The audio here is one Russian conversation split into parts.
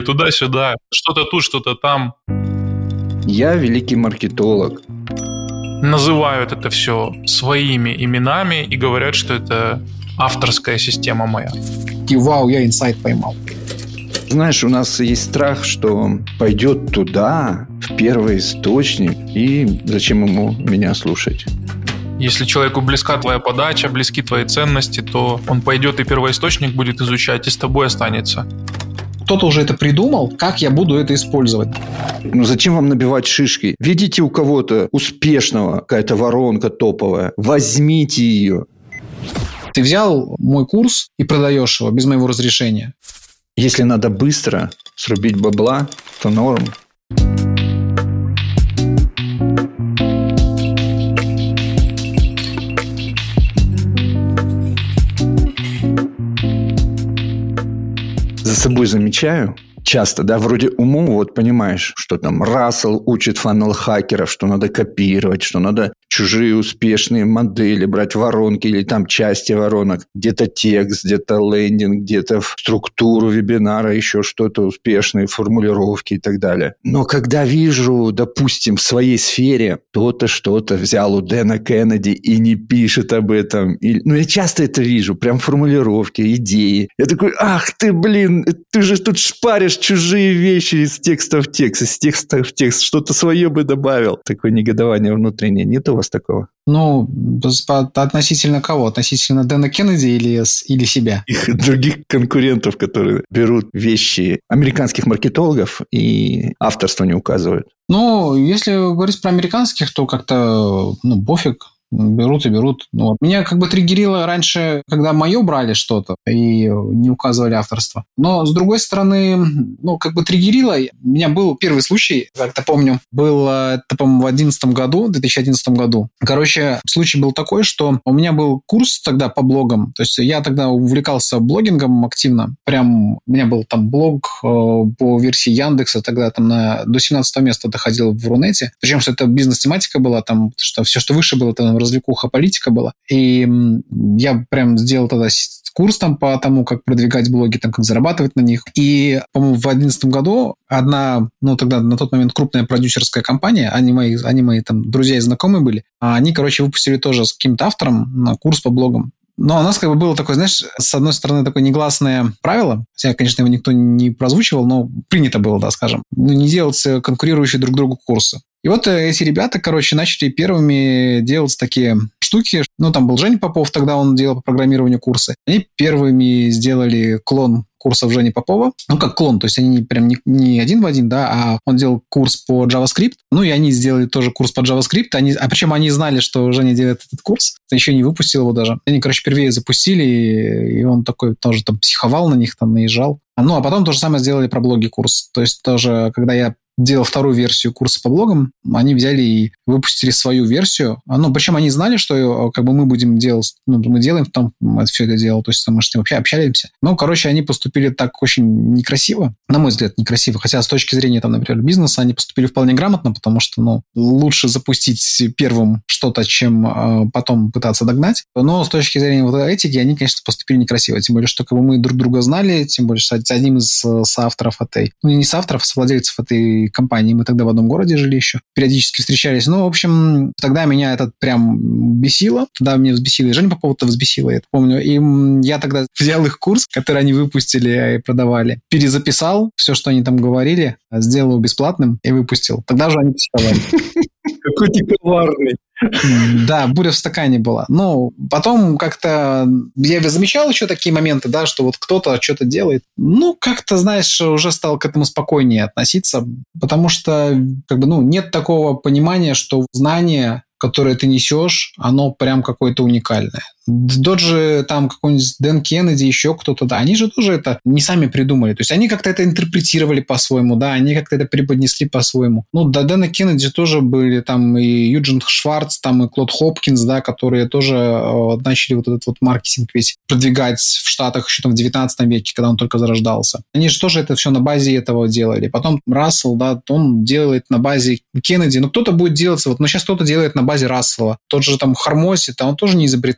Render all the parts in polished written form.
туда-сюда, что-то тут, что-то там. Я великий маркетолог. Называют это все своими именами и говорят, что это авторская система моя. И вау, я инсайт поймал. Знаешь, у нас есть страх, что пойдет туда, в первый источник, и зачем ему меня слушать? Если человеку близка твоя подача, близки твои ценности, то он пойдет и первоисточник будет изучать, и с тобой останется. Кто-то уже это придумал, как я буду это использовать. Ну зачем вам набивать шишки? Видите у кого-то успешного, какая-то воронка топовая, возьмите ее. Ты взял мой курс и продаешь его без моего разрешения. Если надо быстро срубить бабла, то норм. За собой замечаю часто, да, вроде умом, вот понимаешь, что там Рассел учит фаннел-хакеров, что надо копировать, что надо чужие успешные модели брать воронки или там части воронок, где-то текст, где-то лендинг, где-то в структуру вебинара, еще что-то, успешные формулировки и так далее. Но когда вижу, допустим, в своей сфере кто-то что-то взял у Дэна Кеннеди и не пишет об этом, ну, я часто это вижу, прям формулировки, идеи. Я такой, ах ты, блин, ты же тут шпаришь чужие вещи из текста в текст, из текста в текст, что-то свое бы добавил. Такое негодование внутреннее. Нет у вас такого? Ну, относительно кого? Относительно Дэна Кеннеди или себя? Их других конкурентов, которые берут вещи американских маркетологов и авторство не указывают. Ну, если говорить про американских, то как-то, пофиг. Берут и берут. Ну, меня как бы триггерило раньше, когда мое брали что-то и не указывали авторство. Но, с другой стороны, как бы триггерило. У меня был первый случай, как-то помню, был, это, по-моему, в 2011 году. Короче, случай был такой, что у меня был курс тогда по блогам. То есть я тогда увлекался блогингом активно. Прям у меня был там блог по версии Яндекса, тогда там до 17 места доходил в Рунете. Причем, что это бизнес-тематика была, там, что все, что выше было, там развлекуха, политика была. И я прям сделал тогда курс там по тому, как продвигать блоги, там, как зарабатывать на них. И, по-моему, в 2011 году одна, тогда на тот момент крупная продюсерская компания, они мои там друзья и знакомые были, они, короче, выпустили тоже с каким-то автором курс по блогам. Но у нас как бы было такое, знаешь, с одной стороны, такое негласное правило, хотя, конечно, его никто не прозвучивал, но принято было, да, скажем, не делать конкурирующие друг другу курсы. И вот эти ребята, короче, начали первыми делать такие штуки. Там был Женя Попов, тогда он делал по программированию курсы. Они первыми сделали клон курсов Жени Попова. Как клон, то есть они прям не один в один, да, а он делал курс по JavaScript. И они сделали тоже курс по JavaScript. Причем они знали, что Женя делает этот курс. Еще не выпустил его даже. Они, короче, впервые запустили, и он такой тоже там психовал на них, там наезжал. А потом то же самое сделали про блоги курс. То есть тоже, когда я делал вторую версию курса по блогам, они взяли и выпустили свою версию. Причем они знали, что как бы мы будем делать, мы делаем там все это дело, то есть мы с ним вообще общаемся. Короче, они поступили так очень некрасиво, на мой взгляд, некрасиво. Хотя с точки зрения, там, например, бизнеса, они поступили вполне грамотно, потому что, лучше запустить первым что-то, чем потом пытаться догнать. Но с точки зрения вот этики, они, конечно, поступили некрасиво. Тем более, что как бы мы друг друга знали, тем более, что с одним из соавторов этой, не соавторов, а совладельцев этой компании, мы тогда в одном городе жили еще, периодически встречались. В общем, тогда меня это прям бесило, тогда меня взбесило, и Женя Попова-то взбесила, я это помню. И я тогда взял их курс, который они выпустили и продавали, перезаписал все, что они там говорили, сделал его бесплатным и выпустил. Тогда же они психовали. Какой ты коварный. Да, буря в стакане была. Потом как-то я замечал еще такие моменты, да, что вот кто-то что-то делает. Как-то, знаешь, уже стал к этому спокойнее относиться, потому что, как бы, нет такого понимания, что знание, которое ты несешь, оно прям какое-то уникальное. Тот же там какой-нибудь Дэн Кеннеди, еще кто-то, да, они же тоже это не сами придумали. То есть они как-то это интерпретировали по-своему, да, они как-то это преподнесли по-своему. До Дэна Кеннеди тоже были там и Юджин Шварц, там и Клод Хопкинс, да, которые тоже начали вот этот вот маркетинг весь продвигать в Штатах еще там в 19 веке, когда он только зарождался. Они же тоже это все на базе этого делали. Потом Рассел, да, он делает на базе Кеннеди, кто-то будет делать, сейчас кто-то делает на базе Рассела. Тот же там Хармоси, он тоже не изобретает что-то.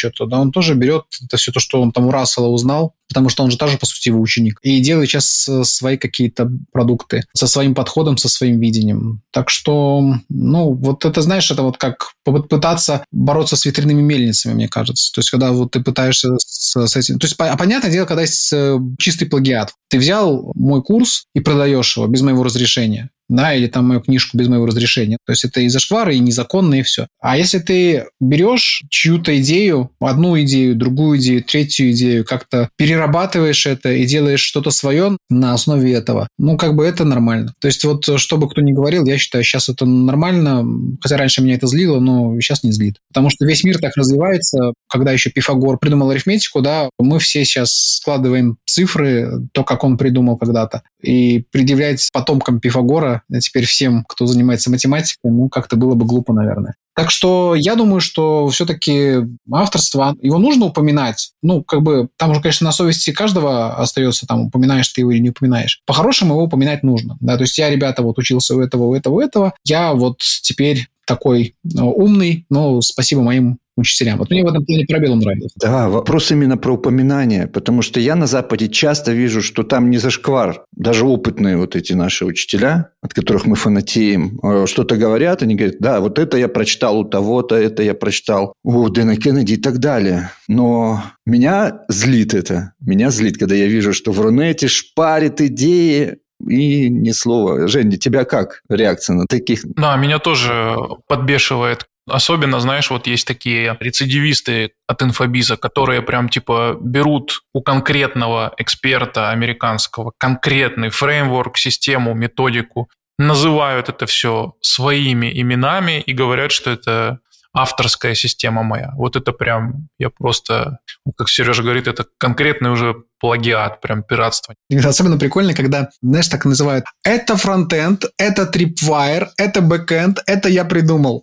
счету, да, он тоже берет это все то, что он там у Рассела узнал, потому что он же тоже, по сути, его ученик, и делает сейчас свои какие-то продукты со своим подходом, со своим видением. Так что, ну, вот это, знаешь, это вот как попытаться бороться с ветряными мельницами, мне кажется. То есть, когда вот ты пытаешься с этим... То есть, понятное дело, когда есть чистый плагиат. Ты взял мой курс и продаешь его без моего разрешения, да, или там мою книжку без моего разрешения. То есть это и зашквары, и незаконно, и все. А если ты берешь чью-то идею, одну идею, другую идею, третью идею, как-то перерабатываешь это и делаешь что-то свое на основе этого, ну, как бы это нормально. То есть вот, что бы кто ни говорил, я считаю, сейчас это нормально, хотя раньше меня это злило, но сейчас не злит. Потому что весь мир так развивается. Когда еще Пифагор придумал арифметику, да, мы все сейчас складываем цифры, то, как он придумал когда-то, и предъявлять потомкам Пифагора, теперь всем, кто занимается математикой, ну, как-то было бы глупо, наверное. Так что я думаю, что все-таки авторство, его нужно упоминать. Ну, как бы, там уже, конечно, на совести каждого остается, там, упоминаешь ты его или не упоминаешь. По-хорошему его упоминать нужно. Да? То есть я, ребята, вот учился у этого. Я вот теперь такой умный, но спасибо моим учителям. Вот мне в этом плане Парабеллум нравится. Да, вопрос именно про упоминание, потому что я на Западе часто вижу, что там не зашквар. Даже опытные вот эти наши учителя, от которых мы фанатеем, что-то говорят, они говорят, да, вот это я прочитал у того-то, это я прочитал у Дэна Кеннеди и так далее. Но меня злит это. Меня злит, когда я вижу, что в Рунете шпарит идеи, и ни слова. Женя, тебя как реакция на таких? Да, меня тоже подбешивает. Особенно, знаешь, вот есть такие рецидивисты от инфобиза, которые прям типа берут у конкретного эксперта американского конкретный фреймворк, систему, методику, называют это все своими именами и говорят, что это авторская система моя. Вот это прям, я просто, как Сережа говорит, это конкретный уже плагиат, прям пиратство. Особенно прикольно, когда, знаешь, так называют, это фронтенд, это трипвайр, это бэкенд, это я придумал.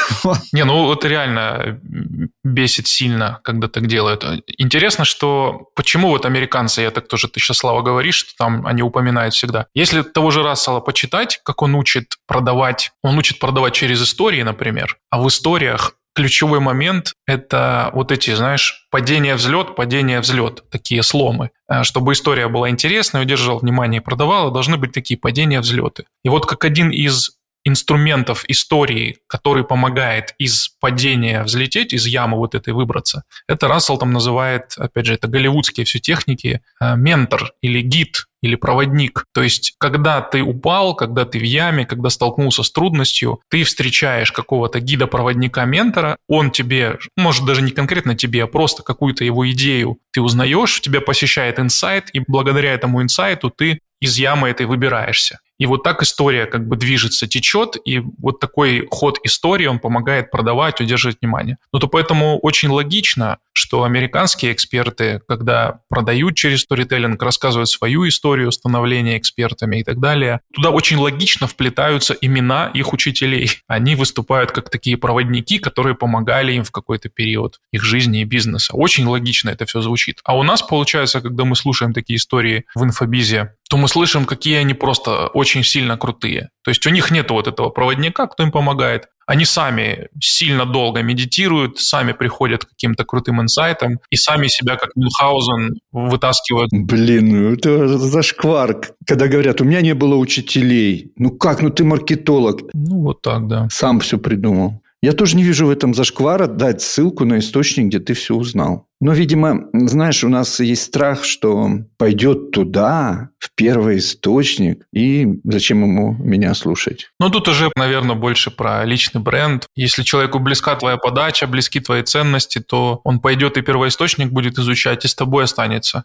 Не, ну вот реально бесит сильно, когда так делают. Интересно, что почему вот американцы, я так тоже, ты сейчас, Слава, говоришь, что там они упоминают всегда. Если того же Рассела почитать, как он учит продавать через истории, например, а в историях ключевой момент – это вот эти, знаешь, падение-взлет, такие сломы. Чтобы история была интересной, удерживала внимание и продавала, должны быть такие падения-взлеты. И вот как один из инструментов истории, который помогает из падения взлететь, из ямы вот этой выбраться, это Рассел там называет, опять же, это голливудские все техники, ментор или гид, или проводник. То есть, когда ты упал, когда ты в яме, когда столкнулся с трудностью, ты встречаешь какого-то гида-проводника-ментора, он тебе, может даже не конкретно тебе, а просто какую-то его идею ты узнаешь, тебя посещает инсайт, и благодаря этому инсайту ты из ямы этой выбираешься. И вот так история как бы движется, течет, и вот такой ход истории, он помогает продавать, удерживать внимание. Ну, то поэтому очень логично, что американские эксперты, когда продают через сторителлинг, рассказывают свою историю становления экспертами и так далее, туда очень логично вплетаются имена их учителей. Они выступают как такие проводники, которые помогали им в какой-то период их жизни и бизнеса. Очень логично это все звучит. А у нас, получается, когда мы слушаем такие истории в инфобизе, то мы слышим, какие они просто очень сильно крутые. То есть у них нет вот этого проводника, кто им помогает. Они сами сильно долго медитируют, сами приходят к каким-то крутым инсайтам и сами себя, как Мюнхгаузен, вытаскивают. Блин, это зашквар. Когда говорят, у меня не было учителей. Ну как, ну ты маркетолог. Ну вот так, да. Сам все придумал. Я тоже не вижу в этом зашквара дать ссылку на источник, где ты все узнал. Но, видимо, знаешь, у нас есть страх, что пойдет туда, в первоисточник, и зачем ему меня слушать? Ну, тут уже, наверное, больше про личный бренд. Если человеку близка твоя подача, близки твои ценности, то он пойдет и первоисточник будет изучать, и с тобой останется.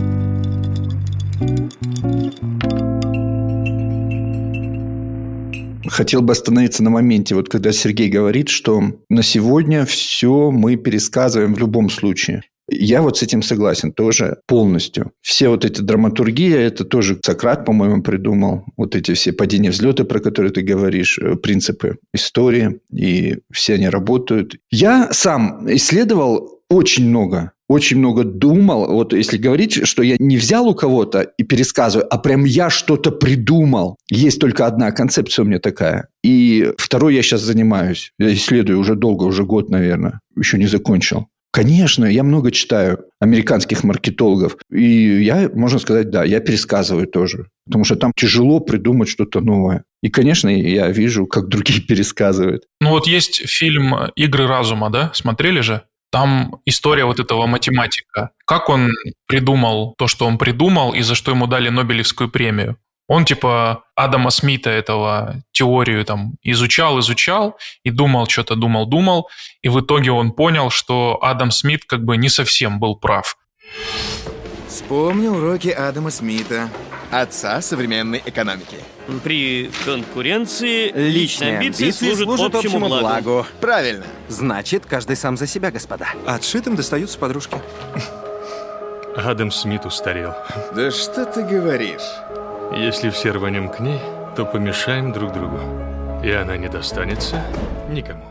Хотел бы остановиться на моменте, вот когда Сергей говорит, что на сегодня все мы пересказываем в любом случае. Я вот с этим согласен тоже полностью. Все вот эти драматургии, это тоже Сократ, по-моему, придумал. Вот эти все падения, взлеты, про которые ты говоришь, принципы истории, и все они работают. Я сам исследовал очень много думал. Вот если говорить, что я не взял у кого-то и пересказываю, а прям я что-то придумал. Есть только одна концепция у меня такая. И второй я сейчас занимаюсь. Я исследую уже долго, уже год, наверное. Еще не закончил. Конечно, я много читаю американских маркетологов. И я, можно сказать, да, я пересказываю тоже. Потому что там тяжело придумать что-то новое. И, конечно, я вижу, как другие пересказывают. Ну вот есть фильм «Игры разума», да? Смотрели же? Там история вот этого математика. Как он придумал то, что он придумал, и за что ему дали Нобелевскую премию. Он типа Адама Смита этого теорию там изучал и думал, что-то думал, и в итоге он понял, что Адам Смит как бы не совсем был прав. Вспомни уроки Адама Смита, отца современной экономики. При конкуренции личные амбиции служат общему благу. Правильно. Значит, каждый сам за себя, господа. Отшитым достаются подружки. Адам Смит устарел. Да что ты говоришь? Если все рванем к ней, то помешаем друг другу. И она не достанется никому.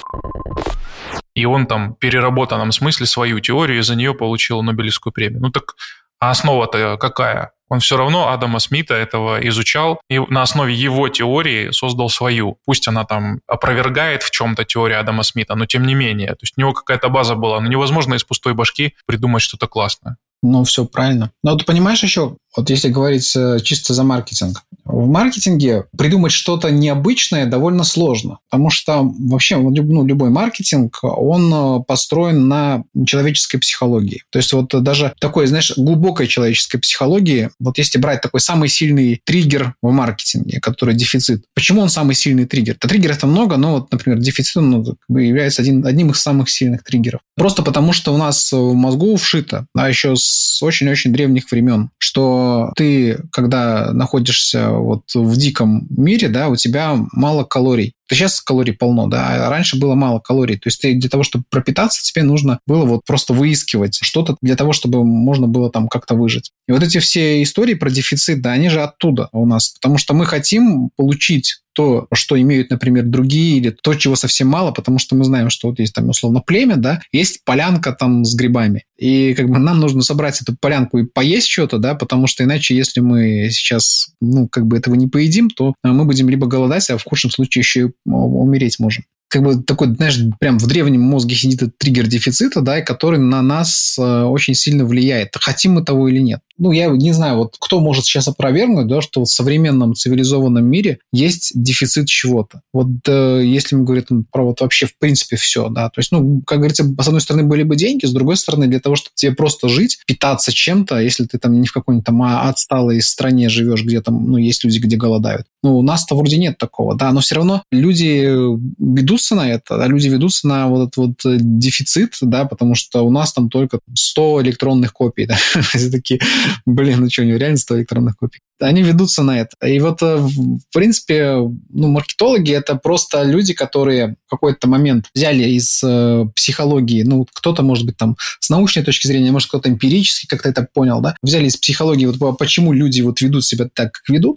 И он там в переработанном смысле свою теорию, и за нее получил Нобелевскую премию. Ну так, а основа-то какая? Он все равно Адама Смита этого изучал и на основе его теории создал свою. Пусть она там опровергает в чем-то теорию Адама Смита, но тем не менее. То есть у него какая-то база была. Но невозможно из пустой башки придумать что-то классное. Ну, все правильно. Но ты понимаешь еще, вот если говорить чисто за маркетинг, в маркетинге придумать что-то необычное довольно сложно, потому что вообще любой маркетинг, он построен на человеческой психологии. То есть вот даже такой, знаешь, глубокой человеческой психологии, вот если брать такой самый сильный триггер в маркетинге, который дефицит. Почему он самый сильный триггер? Триггеров-то много, но вот, например, дефицит является одним из самых сильных триггеров. Просто потому, что у нас в мозгу вшито, а еще с очень-очень древних времен, что ты, когда находишься вот в диком мире, да, у тебя мало калорий. Сейчас калорий полно, да, а раньше было мало калорий. То есть ты для того, чтобы пропитаться, тебе нужно было вот просто выискивать что-то для того, чтобы можно было там как-то выжить. И вот эти все истории про дефицит, да, они же оттуда у нас, потому что мы хотим получить то, что имеют, например, другие, или то, чего совсем мало, потому что мы знаем, что вот есть там, условно, племя, да, есть полянка там с грибами. И как бы нам нужно собрать эту полянку и поесть что-то, да, потому что иначе, если мы сейчас, как бы этого не поедим, то мы будем либо голодать, а в худшем случае еще и умереть можем. Как бы такой, знаешь, прям в древнем мозге сидит этот триггер дефицита, да, который на нас очень сильно влияет, хотим мы того или нет. Я не знаю, вот кто может сейчас опровергнуть, да, что в современном цивилизованном мире есть дефицит чего-то. Вот если мы говорим про вот вообще в принципе все, да, то есть, как говорится, с одной стороны были бы деньги, с другой стороны для того, чтобы тебе просто жить, питаться чем-то, если ты там не в какой-нибудь там отсталой стране живешь, где там, есть люди, где голодают. У нас-то вроде нет такого, да, но все равно люди ведутся на это, да, люди ведутся на вот этот вот дефицит, да, потому что у нас там только 100 электронных копий, да, все такие... Блин, что, у него реально 100 электронных копий. Они ведутся на это. И вот, в принципе, маркетологи – это просто люди, которые в какой-то момент взяли из психологии, кто-то, может быть, там с научной точки зрения, может, кто-то эмпирически как-то это понял, да, взяли из психологии, вот почему люди вот ведут себя так, как ведут,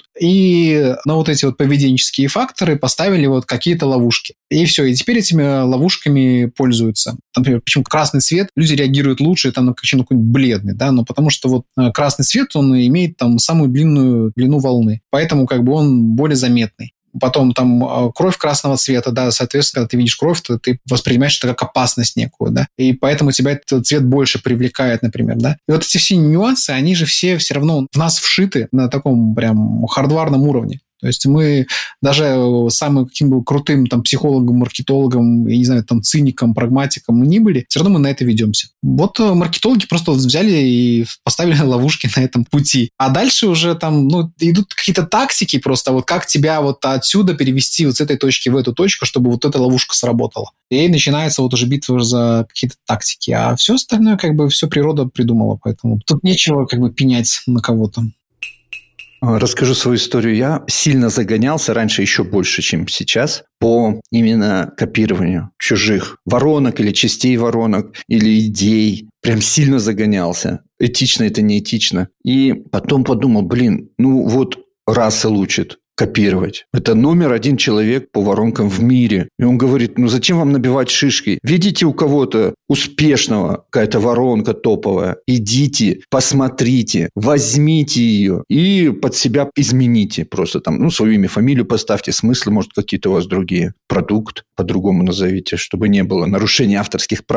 и на вот эти вот поведенческие факторы поставили вот какие-то ловушки. И все, и теперь этими ловушками пользуются. Например, почему красный цвет, люди реагируют лучше там на какой-нибудь бледный, да, потому что вот красный цвет, он имеет там самую длинную длину волны, поэтому как бы он более заметный. Потом там кровь красного цвета, да, соответственно, когда ты видишь кровь, то ты воспринимаешь это как опасность некую, да, и поэтому тебя этот цвет больше привлекает, например, да. И вот эти все нюансы, они же все равно в нас вшиты на таком прям хардварном уровне. То есть мы даже самым каким бы крутым там психологом, маркетологом, я не знаю, там циником, прагматиком мы ни были, все равно мы на это ведемся. Вот маркетологи просто взяли и поставили ловушки на этом пути. А дальше уже там, идут какие-то тактики просто, вот как тебя вот отсюда перевести вот с этой точки в эту точку, чтобы вот эта ловушка сработала. И начинается вот уже битва за какие-то тактики. А все остальное как бы все природа придумала, поэтому тут нечего как бы пенять на кого-то. Расскажу свою историю. Я сильно загонялся раньше еще больше, чем сейчас, по именно копированию чужих воронок или частей воронок, или идей. Прям сильно загонялся. Этично это не этично. И потом подумал, вот Рассел учит копировать. Это номер 1 человек по воронкам в мире. И он говорит, зачем вам набивать шишки? Видите у кого-то успешного какая-то воронка топовая? Идите, посмотрите, возьмите ее и под себя измените. Просто там, свое имя, фамилию поставьте, смыслы, может, какие-то у вас другие. Продукт по-другому назовите, чтобы не было нарушения авторских прав.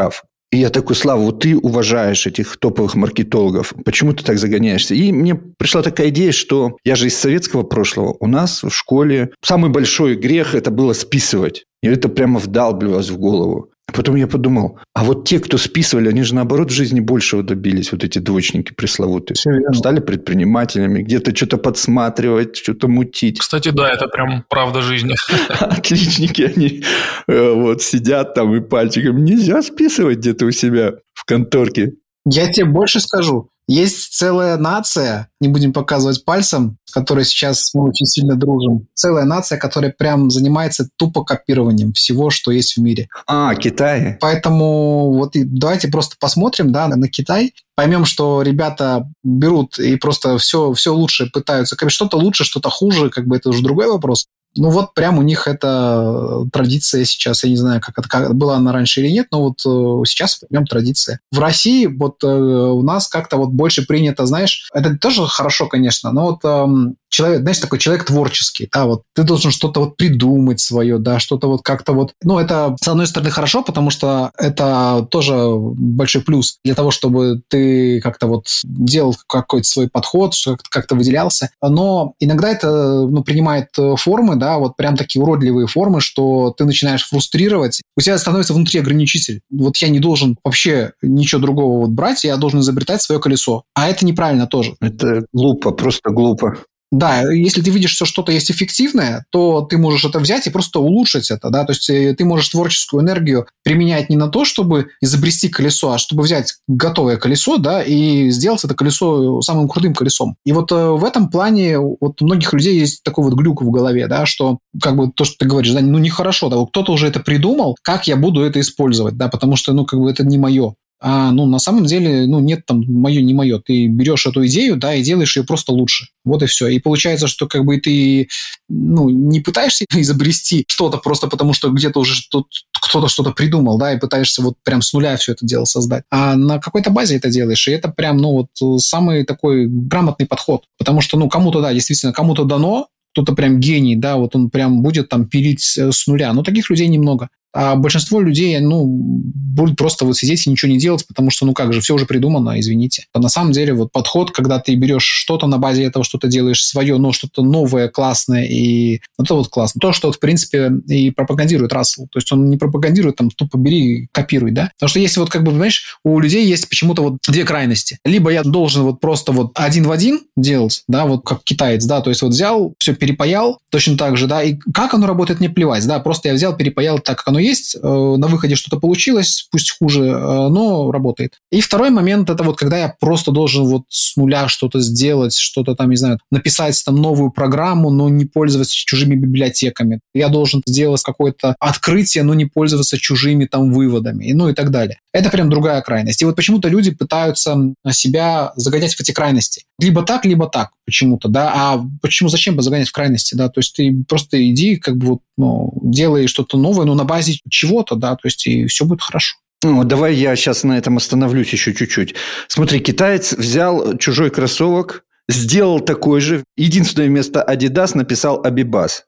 И я такой: Слава, вот ты уважаешь этих топовых маркетологов. Почему ты так загоняешься? И мне пришла такая идея, что я же из советского прошлого. У нас в школе самый большой грех – это было списывать. И это прямо вдалбливалось в голову. А потом я подумал, а вот те, кто списывали, они же наоборот в жизни большего добились. Вот эти двоечники пресловутые. Стали предпринимателями, где-то что-то подсматривать, что-то мутить. Кстати, да, это прям правда жизни. Отличники, они вот сидят там и пальчиком. Нельзя списывать где-то у себя в конторке. Я тебе больше скажу. Есть целая нация, не будем показывать пальцем, с которой сейчас мы очень сильно дружим. Целая нация, которая прям занимается тупо копированием всего, что есть в мире. Китай. Поэтому вот давайте просто посмотрим, да, на Китай, поймем, что ребята берут и просто все лучше пытаются. Что-то лучше, что-то хуже, как бы это уже другой вопрос. Ну вот прям у них это традиция сейчас. Я не знаю, как была она раньше или нет, но вот сейчас это прям традиция. В России вот у нас как-то вот больше принято, знаешь, это тоже хорошо, конечно, но вот человек, знаешь, такой человек творческий, да, вот ты должен что-то вот придумать свое, да, что-то вот как-то вот, ну, это, с одной стороны, хорошо, потому что это тоже большой плюс для того, чтобы ты как-то вот делал какой-то свой подход, как-то выделялся, но иногда это, ну, принимает формы, да, вот прям такие уродливые формы, что ты начинаешь фрустрировать, у тебя становится внутри ограничитель. Вот я не должен вообще ничего другого вот брать, я должен изобретать свое колесо. А это неправильно тоже. Это глупо, просто глупо. Да, если ты видишь, что что-то есть эффективное, то ты можешь это взять и просто улучшить это, да, то есть ты можешь творческую энергию применять не на то, чтобы изобрести колесо, а чтобы взять готовое колесо, да, и сделать это колесо самым крутым колесом. И вот в этом плане вот у многих людей есть такой вот глюк в голове, да, что как бы то, что ты говоришь, да, ну нехорошо, да, вот кто-то уже это придумал, как я буду это использовать, да, потому что, ну, как бы это не мое. Ну, на самом деле, ну, нет там мое, не мое. Ты берешь эту идею, да, и делаешь ее просто лучше. Вот и все. И получается, что как бы ты, ну, не пытаешься изобрести что-то просто потому, что где-то уже кто-то что-то придумал, да, и пытаешься вот прям с нуля все это дело создать. А на какой-то базе это делаешь, и это прям, ну, вот самый такой грамотный подход. Потому что, ну, кому-то, да, действительно, кому-то дано, кто-то прям гений, да, вот он прям будет там пилить с нуля. Но таких людей немного. А большинство людей, ну, будут просто вот сидеть и ничего не делать, потому что, ну как же, все уже придумано, извините. А на самом деле вот подход, когда ты берешь что-то на базе этого, что-то делаешь свое, но что-то новое, классное, и это вот классно. То, что, в принципе, и пропагандирует Рассел. То есть он не пропагандирует там, тупо бери, копируй, да. Потому что если вот, как бы, понимаешь, у людей есть почему-то вот две крайности. Либо я должен вот просто вот один в один делать, да, вот как китаец, да, то есть вот взял, все перепаял, точно так же, да, и как оно работает, мне плевать, да, просто я взял, перепаял так, как оно есть, на выходе что-то получилось, пусть хуже, но работает. И второй момент, это вот когда я просто должен вот с нуля что-то сделать, что-то там, не знаю, написать там новую программу, но не пользоваться чужими библиотеками. Я должен сделать какое-то открытие, но не пользоваться чужими там выводами, ну и так далее. Это прям другая крайность. И вот почему-то люди пытаются себя загонять в эти крайности. Либо так почему-то, да, а почему, зачем бы загонять в крайности, да, то есть ты просто иди, как бы вот, ну, делай что-то новое, но на базе чего-то, да, то есть и все будет хорошо. Ну, давай я сейчас на этом остановлюсь еще чуть-чуть. Смотри, китаец взял чужой кроссовок, сделал такой же, единственное вместо Adidas написал Abibas.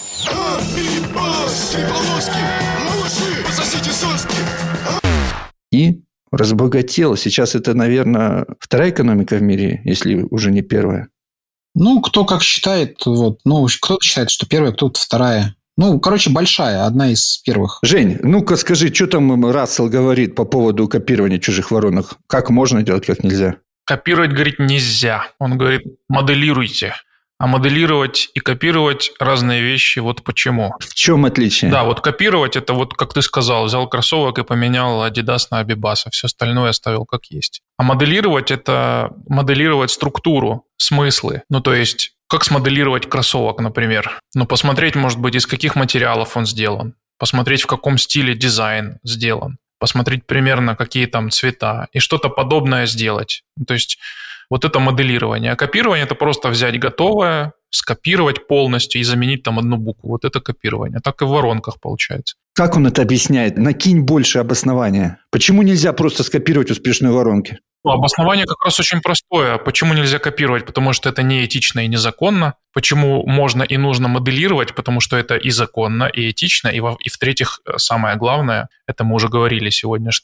И разбогател. Сейчас это, наверное, вторая экономика в мире, если уже не первая. Ну, кто как считает, вот, ну, кто-то считает, что первая, кто-то вторая. Ну, короче, большая, одна из первых. Жень, ну-ка скажи, что там Рассел говорит по поводу копирования чужих воронок? Как можно делать, как нельзя? Копировать, говорит, нельзя. Он говорит, моделируйте. А моделировать и копировать разные вещи. Вот почему. В чем отличие? Да, вот копировать, это вот, как ты сказал, взял кроссовок и поменял Adidas на Abibas, а все остальное оставил как есть. А моделировать – это моделировать структуру, смыслы. Ну, то есть, как смоделировать кроссовок, например. Ну, посмотреть, может быть, из каких материалов он сделан. Посмотреть, в каком стиле дизайн сделан. Посмотреть примерно, какие там цвета. И что-то подобное сделать. То есть, вот это моделирование. А копирование – это просто взять готовое, скопировать полностью и заменить там одну букву. Вот это копирование. Так и в воронках получается. Как он это объясняет? Накинь больше обоснования. Почему нельзя просто скопировать успешные воронки? Обоснование как раз очень простое. Почему нельзя копировать? Потому что это неэтично и незаконно. Почему можно и нужно моделировать? Потому что это и законно, и этично. И в-третьих, самое главное, это мы уже говорили сегодня, что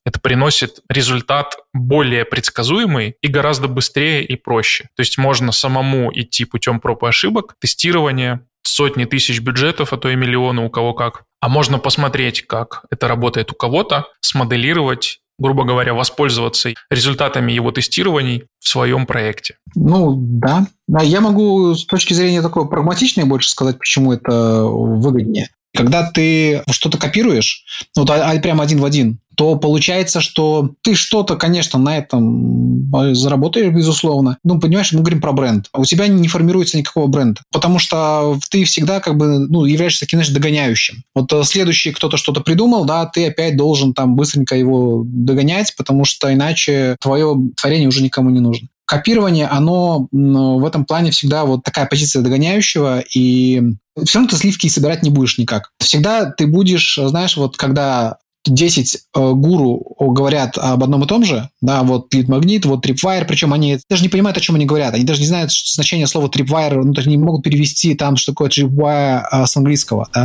Это приносит результат более предсказуемый и гораздо быстрее и проще. То есть можно самому идти путем проб и ошибок, тестирования, сотни тысяч бюджетов, а то и миллионы у кого как. А можно посмотреть, как это работает у кого-то, смоделировать, грубо говоря, воспользоваться результатами его тестирований в своем проекте. Ну, да. Я могу с точки зрения такой прагматичной больше сказать, почему это выгоднее. Когда ты что-то копируешь, вот прям один в один, то получается, что ты что-то, конечно, на этом заработаешь, безусловно. Ну, понимаешь, мы говорим про бренд. У тебя не формируется никакого бренда, потому что ты всегда являешься таким, знаешь, догоняющим. Вот следующий кто-то что-то придумал, да, ты опять должен там быстренько его догонять, потому что иначе твое творение уже никому не нужно. Копирование, оно в этом плане всегда вот такая позиция догоняющего, и все равно ты сливки собирать не будешь никак. Всегда ты будешь, знаешь, вот когда 10 гуру говорят об одном и том же, да, вот Lead-Magnet, вот Tripwire, причем они даже не понимают, о чем они говорят, они даже не знают значение слова Tripwire, то есть не могут перевести там, что такое Tripwire с английского, да.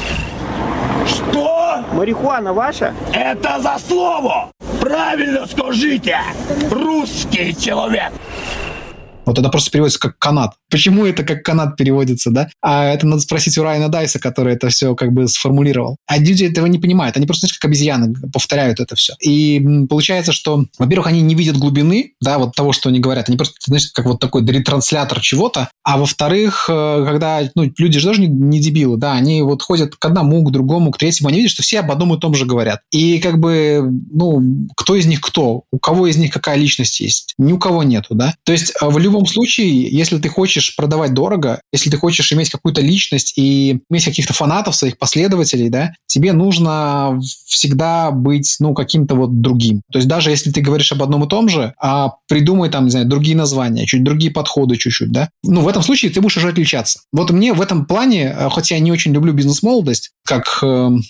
Что? Марихуана ваша? Это за слово! Правильно скажите! Русский человек! Вот это просто переводится как канат. Почему это как канат переводится, да? А это надо спросить у Райана Дайса, который это все как бы сформулировал. А люди этого не понимают. Они просто, знаешь, как обезьяны повторяют это все. И получается, что, во-первых, они не видят глубины, да, вот того, что они говорят. Они просто, знаешь, как вот такой ретранслятор чего-то. А во-вторых, когда, люди же тоже не дебилы, да, они вот ходят к одному, к другому, к третьему. Они видят, что все об одном и том же говорят. И как бы, кто из них кто? У кого из них какая личность есть? Ни у кого нету, да? То есть в любом случае, если ты хочешь продавать дорого, если ты хочешь иметь какую-то личность и иметь каких-то фанатов, своих последователей, да, тебе нужно всегда быть, каким-то вот другим. То есть даже если ты говоришь об одном и том же, придумай там, не знаю, другие названия, чуть другие подходы чуть-чуть, да. В этом случае ты будешь уже отличаться. Вот мне в этом плане, хотя я не очень люблю бизнес-молодость, как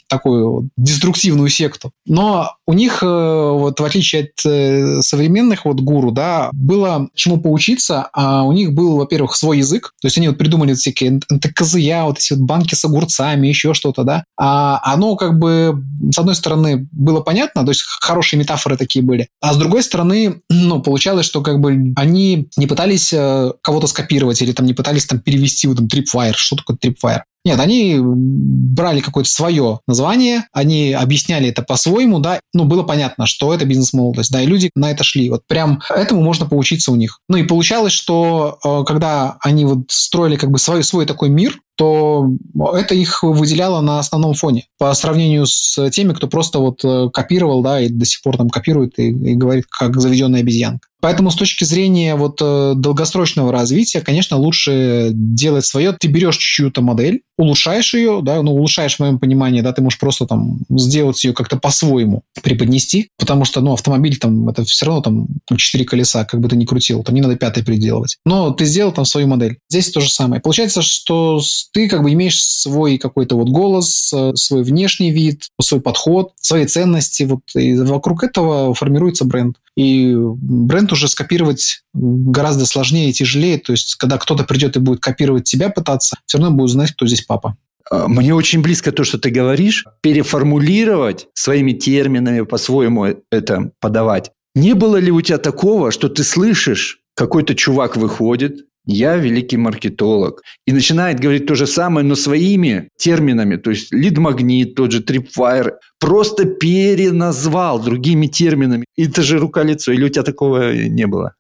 такую деструктивную секту, но у них, вот в отличие от современных вот гуру, да, было чему поучиться, а у них был, во-первых, свой язык, то есть они вот придумали всякие НТКЗЯ, вот эти вот банки с огурцами, еще что-то, да, а оно как бы, с одной стороны, было понятно, то есть хорошие метафоры такие были, а с другой стороны, получалось, что как бы они не пытались кого-то скопировать или там не пытались там перевести вот там Tripwire, что такое Tripwire. Нет, они брали какое-то свое название, они объясняли это по-своему, да, было понятно, что это бизнес-молодость, да, и люди на это шли. Вот прям этому можно поучиться у них. И получалось, что когда они вот строили как бы свой такой мир, то это их выделяло на основном фоне по сравнению с теми, кто просто вот копировал, да, и до сих пор там копирует и говорит, как заведенная обезьянка. Поэтому с точки зрения вот долгосрочного развития, конечно, лучше делать свое. Ты берешь чью-то модель, улучшаешь ее, да, улучшаешь в моем понимании, да, ты можешь просто там сделать ее как-то по-своему преподнести, потому что, автомобиль там, это все равно там 4 колеса, как бы ты ни крутил, там не надо 5-й приделывать. Но ты сделал там свою модель. Здесь то же самое. Получается, что ты как бы имеешь свой какой-то вот голос, свой внешний вид, свой подход, свои ценности, вот, и вокруг этого формируется бренд. И бренд уже скопировать гораздо сложнее и тяжелее. То есть, когда кто-то придет и будет копировать тебя пытаться, все равно будет знать, кто здесь папа. Мне очень близко то, что ты говоришь. Переформулировать своими терминами, по-своему это подавать. Не было ли у тебя такого, что ты слышишь, какой-то чувак выходит, я великий маркетолог, и начинает говорить то же самое, но своими терминами, то есть Lead-Magnet, тот же Tripwire, просто переназвал другими терминами. И это же рука-лицо, или у тебя такого не было?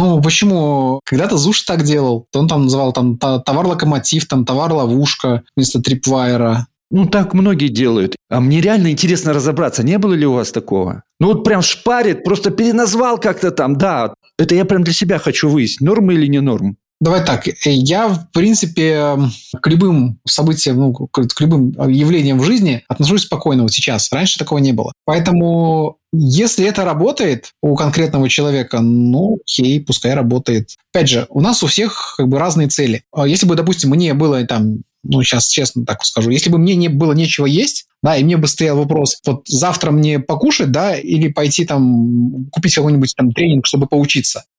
Почему? Когда-то ЗУШ так делал, то он там называл там товар-локомотив, там товар-ловушка вместо Tripwire. Так многие делают. А мне реально интересно разобраться, не было ли у вас такого? Вот прям шпарит, просто переназвал как-то там, да. Это я прям для себя хочу выяснить, норм или не норм. Давай так, я, в принципе, к любым событиям, к любым явлениям в жизни отношусь спокойно вот сейчас. Раньше такого не было. Поэтому, если это работает у конкретного человека, окей, пускай работает. Опять же, у нас у всех как бы разные цели. Если бы, допустим, мне было там, сейчас честно так скажу, если бы мне не было нечего есть, да, и мне бы стоял вопрос, вот завтра мне покушать, да, или пойти там купить какой-нибудь там тренинг, чтобы поучиться.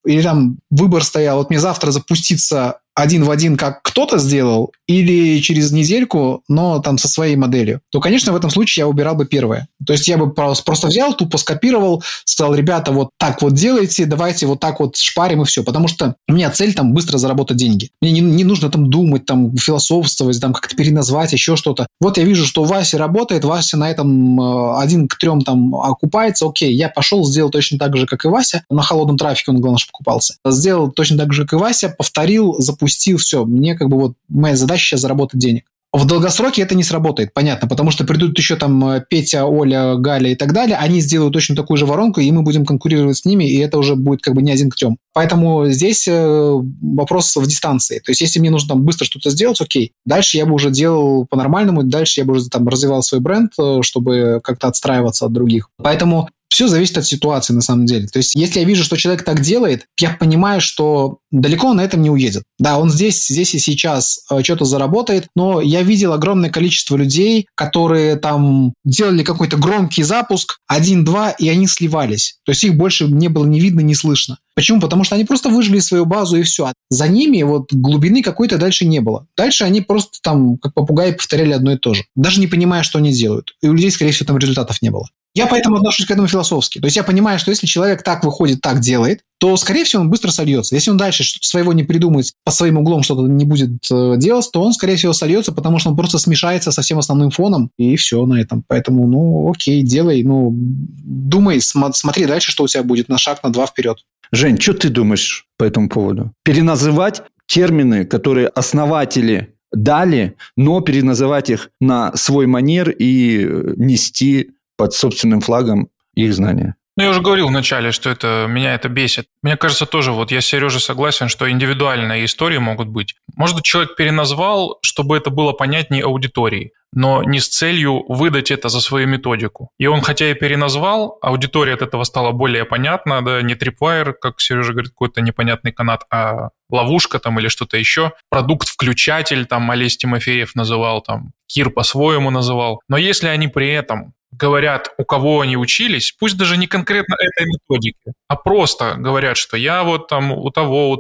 или там выбор стоял, вот мне завтра запуститься один в один, как кто-то сделал, или через недельку, но там со своей моделью, то, конечно, в этом случае я выбирал бы первое. То есть я бы просто взял, тупо скопировал, сказал, ребята, вот так вот делайте, давайте вот так вот шпарим и все. Потому что у меня цель там быстро заработать деньги. Мне не нужно там думать, там философствовать, там как-то переназвать, еще что-то. Вот я вижу, что у Васи работает, Вася на этом 1 к 3 там окупается, окей, я пошел, сделал точно так же, как и Вася. На холодном трафике он, главное, чтобы окупался. Сделал точно так же, как и Вася, повторил, запустил, все. Мне как бы вот моя задача сейчас заработать денег. В долгосроке это не сработает, понятно, потому что придут еще там Петя, Оля, Галя и так далее, они сделают точно такую же воронку, и мы будем конкурировать с ними, и это уже будет как бы не 1 к 3. Поэтому здесь вопрос в дистанции. То есть, если мне нужно там быстро что-то сделать, окей. Дальше я бы уже делал по-нормальному, дальше я бы уже там развивал свой бренд, чтобы как-то отстраиваться от других. Поэтому все зависит от ситуации на самом деле. То есть, если я вижу, что человек так делает, я понимаю, что далеко он на этом не уедет. Да, он здесь и сейчас что-то заработает, но я видел огромное количество людей, которые там делали какой-то громкий запуск, 1-2, и они сливались. То есть, их больше не было ни видно, ни слышно. Почему? Потому что они просто выжгли свою базу и все. За ними вот глубины какой-то дальше не было. Дальше они просто там, как попугаи, повторяли одно и то же. Даже не понимая, что они делают. И у людей, скорее всего, там результатов не было. Я поэтому отношусь к этому философски. То есть я понимаю, что если человек так выходит, так делает, то, скорее всего, он быстро сольется. Если он дальше что-то своего не придумает, по своим углам что-то не будет делать, то он, скорее всего, сольется, потому что он просто смешается со всем основным фоном, и все на этом. Поэтому, окей, делай, думай, смотри дальше, что у тебя будет на шаг, на 2 вперед. Жень, что ты думаешь по этому поводу? Переназывать термины, которые основатели дали, но переназывать их на свой манер и нести под собственным флагом их знания. Я уже говорил вначале, что меня это бесит. Мне кажется, тоже я с Сережей согласен, что индивидуальные истории могут быть. Может быть, человек переназвал, чтобы это было понятнее аудитории, но не с целью выдать это за свою методику. И он, хотя и переназвал, аудитория от этого стала более понятна, да, не Tripwire, как Сережа говорит, какой-то непонятный канат, а ловушка там или что-то еще. Продукт-включатель, там, Олесь Тимофеев называл, там, Кир по-своему называл. Но если они при этом говорят, у кого они учились, пусть даже не конкретно этой методике, а просто говорят, что я вот там у того,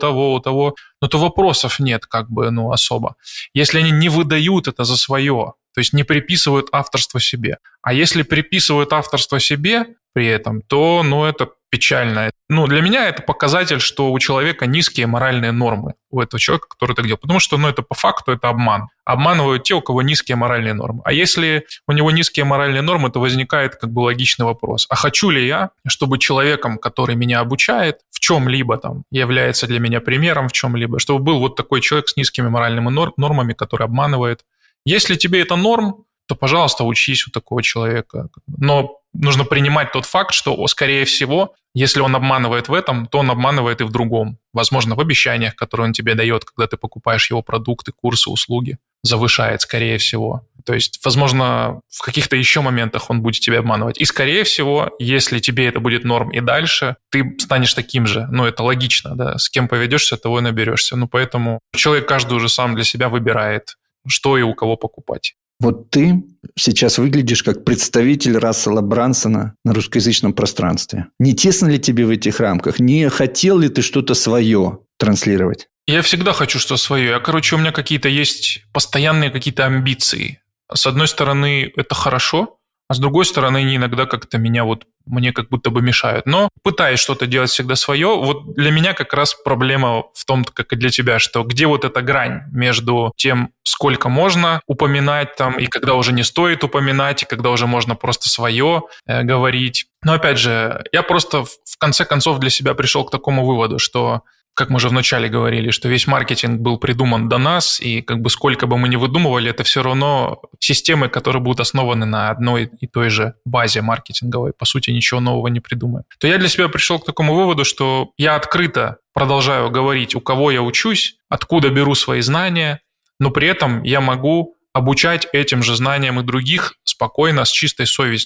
но то вопросов нет особо. Если они не выдают это за свое, то есть не приписывают авторство себе. А если приписывают авторство себе при этом, то, это печально. Для меня это показатель, что у человека низкие моральные нормы, у этого человека, который так делает. Потому что, это по факту, это обман. Обманывают те, у кого низкие моральные нормы. А если у него низкие моральные нормы, то возникает логичный вопрос. А хочу ли я, чтобы человеком, который меня обучает, в чем-либо там является для меня примером в чем-либо, чтобы был вот такой человек с низкими моральными нормами, который обманывает. Если тебе это норм, то, пожалуйста, учись у такого человека. Но нужно принимать тот факт, что, скорее всего, если он обманывает в этом, то он обманывает и в другом. Возможно, в обещаниях, которые он тебе дает, когда ты покупаешь его продукты, курсы, услуги, завышает, скорее всего. То есть, возможно, в каких-то еще моментах он будет тебя обманывать. И, скорее всего, если тебе это будет норм и дальше, ты станешь таким же. Это логично, да. С кем поведешься, того и наберешься. Поэтому человек каждый уже сам для себя выбирает, что и у кого покупать. Вот ты сейчас выглядишь как представитель Рассела Брансона на русскоязычном пространстве. Не тесно ли тебе в этих рамках? Не хотел ли ты что-то свое транслировать? Я всегда хочу что-то свое. У меня какие-то есть постоянные какие-то амбиции. С одной стороны, это хорошо, а с другой стороны, они иногда как-то мне как будто бы мешают. Но пытаюсь что-то делать всегда свое. Вот для меня как раз проблема в том, как и для тебя, что где эта грань между тем, сколько можно упоминать там, и когда уже не стоит упоминать, и когда уже можно просто свое говорить. Но опять же, я просто в конце концов для себя пришел к такому выводу, что, как мы уже вначале говорили, что весь маркетинг был придуман до нас, и сколько бы мы ни выдумывали, это все равно системы, которые будут основаны на одной и той же базе маркетинговой. По сути, ничего нового не придумаем. То я для себя пришел к такому выводу, что я открыто продолжаю говорить, у кого я учусь, откуда беру свои знания, но при этом я могу обучать этим же знаниям и других спокойно, с чистой совестью.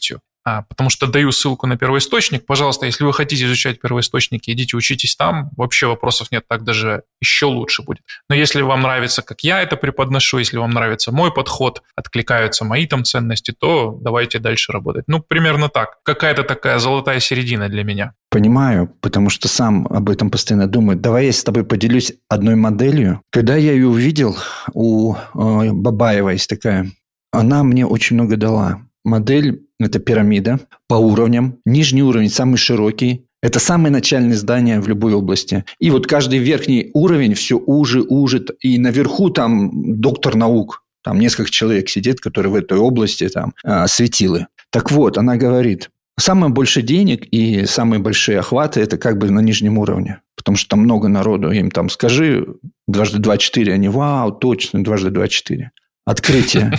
Потому что даю ссылку на первоисточник. Пожалуйста, если вы хотите изучать первоисточники, идите учитесь там. Вообще вопросов нет, так даже еще лучше будет. Но если вам нравится, как я это преподношу, если вам нравится мой подход, откликаются мои там ценности, то давайте дальше работать. Примерно так. Какая-то такая золотая середина для меня. Понимаю, потому что сам об этом постоянно думаю. Давай я с тобой поделюсь одной моделью. Когда я ее увидел, у Бабаева есть такая, она мне очень много дала. Модель – это пирамида по уровням. Нижний уровень самый широкий. Это самое начальное здание в любой области. И вот каждый верхний уровень все уже. И наверху там доктор наук. Там несколько человек сидит, которые в этой области там светилы. Так вот, она говорит, самое больше денег и самые большие охваты – это как бы на нижнем уровне. Потому что там много народу. Им там скажи 2 × 2 = 4. Они, вау, точно, 2 × 2 = 4. Открытие.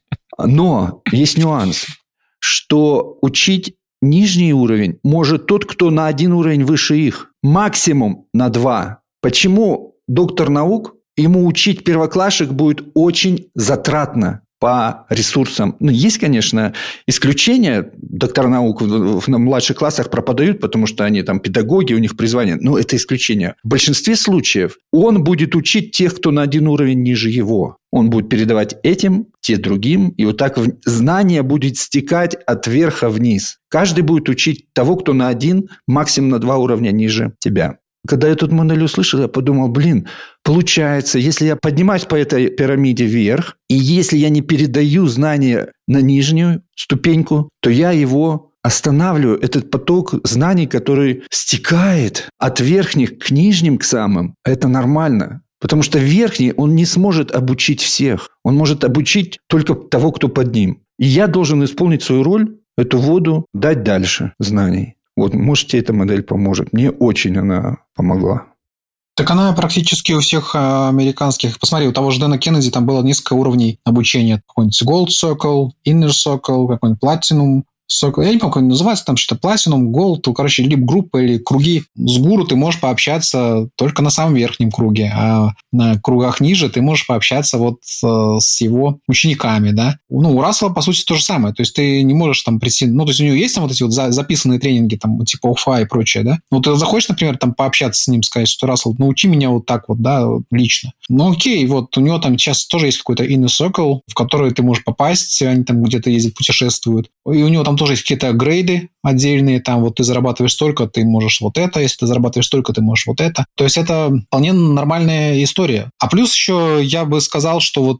Но есть нюанс, что учить нижний уровень может тот, кто на 1 уровень выше их. Максимум на 2. Почему доктор наук, ему учить первоклашек будет очень затратно по ресурсам. Есть, конечно, исключения. Доктора наук в младших классах пропадают, потому что они там педагоги, у них призвание. Но это исключение. В большинстве случаев он будет учить тех, кто на 1 уровень ниже его. Он будет передавать этим, те другим. И вот так знание будет стекать от верха вниз. Каждый будет учить того, кто на 1, максимум на 2 уровня ниже тебя. Когда я эту модель услышал, я подумал, получается, если я поднимаюсь по этой пирамиде вверх, и если я не передаю знания на нижнюю ступеньку, то я его останавливаю, этот поток знаний, который стекает от верхних к нижним, к самым. Это нормально. Потому что верхний, он не сможет обучить всех. Он может обучить только того, кто под ним. И я должен исполнить свою роль, эту воду дать дальше знаний. Вот, может, тебе эта модель поможет. Мне очень она помогла. Так она практически у всех американских... Посмотри, у того же Дэна Кеннеди там было несколько уровней обучения. Какой-нибудь Gold Circle, Inner Circle, какой-нибудь Platinum Circle. Я не помню, как называется, там что-то Platinum, Gold, либо группа или круги. С гуру ты можешь пообщаться только на самом верхнем круге, а на кругах ниже ты можешь пообщаться с его учениками, да. У Рассела, по сути, то же самое. То есть ты не можешь там прийти... то есть у него есть там вот эти вот записанные тренинги, там, типа ОФА и прочее, да. Ты захочешь, например, там пообщаться с ним, сказать, что Рассел, научи меня вот так вот, да, лично. Окей, вот у него там сейчас тоже есть какой-то Inner Circle, в который ты можешь попасть, они там где-то ездят, путешествуют. И у него там тоже есть какие-то грейды отдельные, там вот ты зарабатываешь столько, ты можешь вот это, если ты зарабатываешь столько, ты можешь вот это. То есть это вполне нормальная история. А плюс еще я бы сказал, что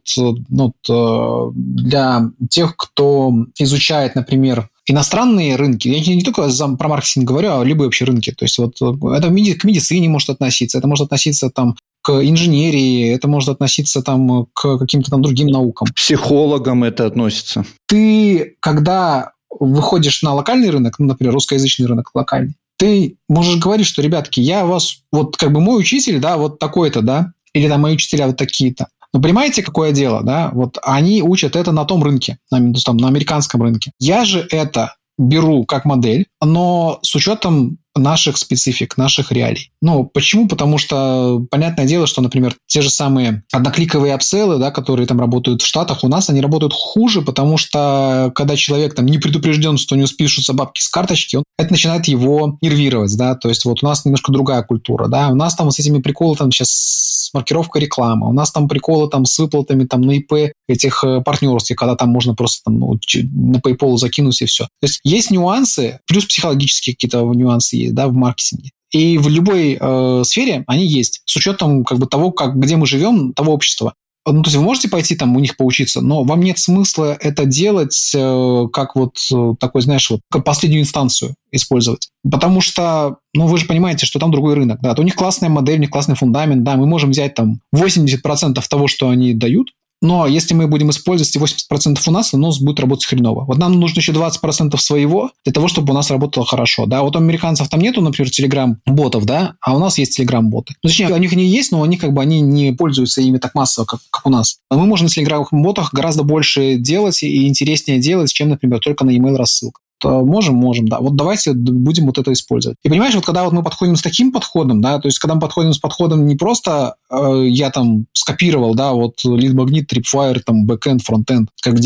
для тех, кто изучает, например, иностранные рынки, я не только про маркетинг говорю, а любые вообще рынки. То есть это к медицине может относиться, это может относиться там к инженерии, это может относиться там к каким-то там другим наукам. К психологам это относится. Ты, когда выходишь на локальный рынок, например, русскоязычный рынок локальный, ты можешь говорить, что, ребятки, я вас, мой учитель, да, вот такой-то, да, или там мои учителя вот такие-то. Но понимаете, какое дело, да? Вот они учат это на том рынке, на американском рынке. Я же это беру как модель, но с учетом наших специфик, наших реалий. Почему? Потому что, понятное дело, что, например, те же самые однокликовые апселлы, да, которые там работают в Штатах, у нас они работают хуже, потому что, когда человек там не предупрежден, что у него спишутся бабки с карточки, это начинает его нервировать, да, то есть вот у нас немножко другая культура, да, у нас там с этими приколами там сейчас с маркировкой рекламы, у нас там приколы там с выплатами там на ИП этих партнерских, когда там можно просто там, на PayPal закинуть и все. То есть нюансы, плюс психологические какие-то нюансы есть, да, в маркетинге. И в любой сфере они есть, с учетом того, где мы живем, того общества. То есть вы можете пойти там у них поучиться, но вам нет смысла это делать как такой, знаешь, как последнюю инстанцию использовать. Потому что, вы же понимаете, что там другой рынок. Да, у них классная модель, у них классный фундамент, да, мы можем взять там 80% того, что они дают, но если мы будем использовать 80% у нас будет работать хреново. Вот нам нужно еще 20% своего для того, чтобы у нас работало хорошо. Да? Вот у американцев там нету, например, телеграм-ботов, да, а у нас есть телеграм-боты. Точнее, у них они есть, но они не пользуются ими так массово, как у нас. А мы можем на телеграм-ботах гораздо больше делать и интереснее делать, чем, например, только на e-mail рассылках. Можем, да. Вот давайте будем вот это использовать. И понимаешь, когда мы подходим с таким подходом, да, то есть когда мы подходим с подходом не просто я там скопировал, да, лид-магнит, Tripwire, там, бэкэнд, фронтенд, как дебил,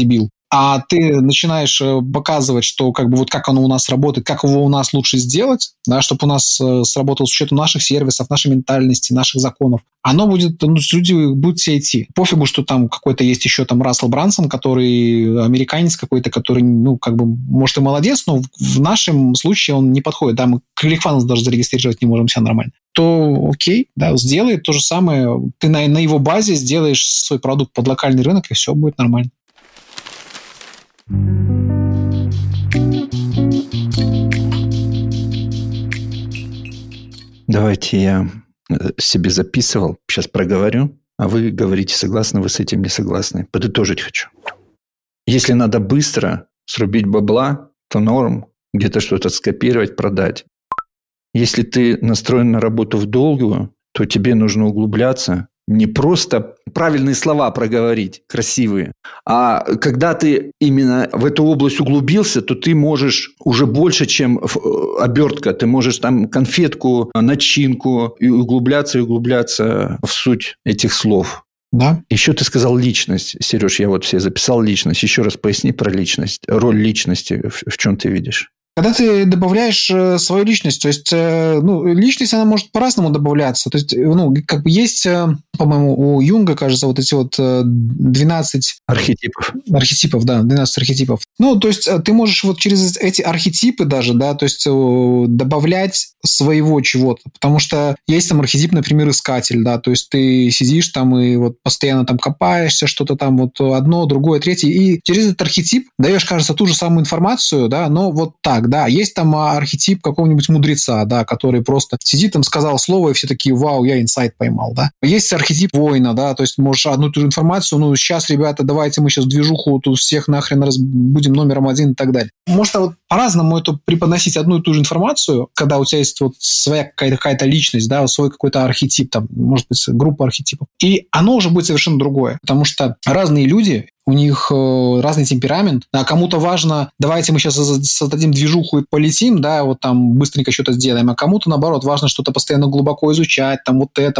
а ты начинаешь показывать, что как бы вот как оно у нас работает, как его у нас лучше сделать, да, чтобы у нас сработало с учетом наших сервисов, нашей ментальности, наших законов, оно будет, люди будут все идти. Пофигу, что там какой-то есть еще там Рассел Брансон, который американец какой-то, который, как бы, может, и молодец, но в нашем случае он не подходит. Да, мы ClickFunnels даже зарегистрировать не можем себя нормально. То окей, да, сделай то же самое. Ты на его базе сделаешь свой продукт под локальный рынок, и все будет нормально. Давайте я себе записывал, сейчас проговорю, а вы говорите, согласны вы с этим, не согласны. Подытожить хочу. Если надо быстро срубить бабла, то норм, где-то что-то скопировать, продать. Если ты настроен на работу в долгую, то тебе нужно углубляться, не просто правильные слова проговорить, красивые, а когда ты именно в эту область углубился, то ты можешь уже больше, чем обертка. Ты можешь там конфетку, начинку и углубляться в суть этих слов. Да. Еще ты сказал личность. Сереж, я вот все записал личность. Еще раз поясни про личность. Роль личности в чем ты видишь? Когда ты добавляешь свою личность, то есть, личность, она может по-разному добавляться. То есть, как бы есть, по-моему, у Юнга, кажется, вот эти вот 12... Архетипов. Архетипов, да, 12 архетипов. То есть, ты можешь вот через эти архетипы даже, да, то есть, добавлять своего чего-то. Потому что есть там архетип, например, искатель, да, то есть, ты сидишь там и вот постоянно там копаешься, что-то там вот одно, другое, третье, и через этот архетип даешь, кажется, ту же самую информацию, да, но вот так. Да, есть там архетип какого-нибудь мудреца, да, который просто сидит там, сказал слово, и все такие, вау, я инсайт поймал, да. Есть архетип воина, да, то есть можешь одну и ту же информацию, сейчас, ребята, давайте мы сейчас движуху тут всех нахрен будем номером один и так далее. Можно вот по-разному это преподносить одну и ту же информацию, когда у тебя есть вот своя какая-то личность, да, свой какой-то архетип, там, может быть, группа архетипов. И оно уже будет совершенно другое, потому что разные люди, у них разный темперамент. А кому-то важно, давайте мы сейчас создадим движуху и полетим, да, вот там быстренько что-то сделаем, а кому-то, наоборот, важно что-то постоянно глубоко изучать, там вот это.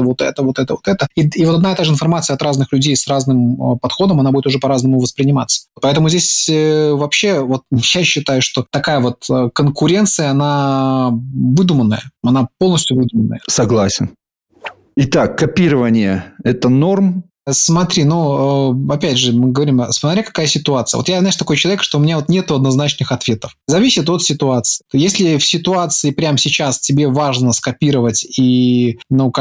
И вот одна и та же информация от разных людей с разным подходом, она будет уже по-разному восприниматься. Поэтому здесь вообще, вот я считаю, что такая вот конкуренция, она выдуманная, она полностью выдуманная. Согласен. Итак, копирование – это норм? Смотри, опять же, мы говорим, смотря какая ситуация. Вот я, знаешь, такой человек, что у меня вот нету однозначных ответов. Зависит от ситуации. Если в ситуации прямо сейчас тебе важно скопировать и,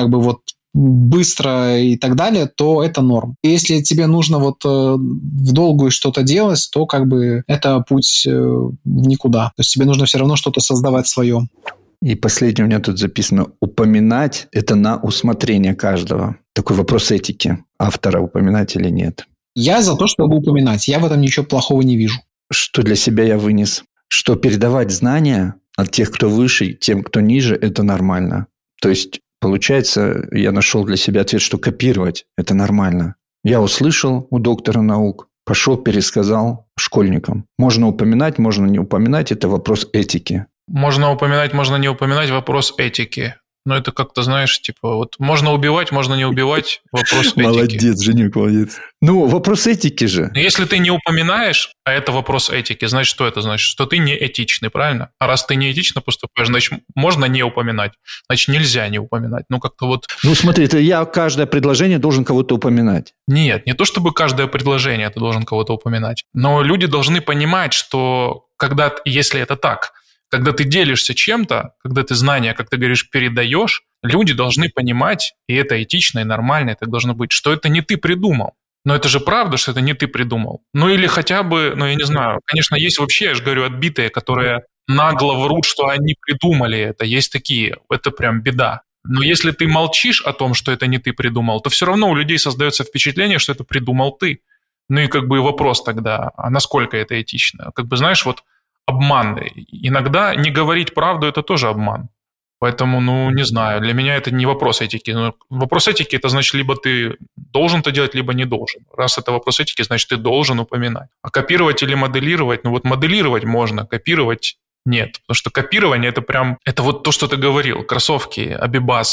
быстро и так далее, то это норм. Если тебе нужно вот в долгую что-то делать, то это путь в никуда. То есть тебе нужно все равно что-то создавать свое. И последнее у меня тут записано. Упоминать – это на усмотрение каждого. Такой вопрос этики. Автора упоминать или нет? Я за то, чтобы упоминать. Я в этом ничего плохого не вижу. Что для себя я вынес? Что передавать знания от тех, кто выше, тем, кто ниже – это нормально. То есть, получается, я нашел для себя ответ, что копировать – это нормально. Я услышал у доктора наук, пошел, пересказал школьникам. Можно упоминать, можно не упоминать – это вопрос этики. Можно упоминать, можно не упоминать, вопрос этики. Но это как-то, знаешь, вот можно убивать, можно не убивать, вопрос этики. Молодец, Женек, молодец. Вопрос этики же. Если ты не упоминаешь, а это вопрос этики, значит, что это значит? Что ты не этичный, правильно? А раз ты не этично поступаешь, значит, можно не упоминать. Значит, нельзя не упоминать. Как-то вот... Смотри, я каждое предложение должен кого-то упоминать. Нет, не то чтобы каждое предложение ты должен кого-то упоминать. Но люди должны понимать, что если это так, когда ты делишься чем-то, когда ты знания, как ты говоришь, передаешь, люди должны понимать, и это этично и нормально, и так должно быть, что это не ты придумал. Но это же правда, что это не ты придумал. Или хотя бы, я не знаю, конечно, есть вообще, я же говорю, отбитые, которые нагло врут, что они придумали это. Есть такие, это прям беда. Но если ты молчишь о том, что это не ты придумал, то все равно у людей создается впечатление, что это придумал ты. И вопрос тогда, а насколько это этично? Знаешь, обман. Иногда не говорить правду – это тоже обман. Поэтому, не знаю, для меня это не вопрос этики. Вопрос этики – это значит, либо ты должен это делать, либо не должен. Раз это вопрос этики, значит, ты должен упоминать. А копировать или моделировать, моделировать можно, копировать нет. Потому что копирование – это вот то, что ты говорил. Кроссовки, Абибас,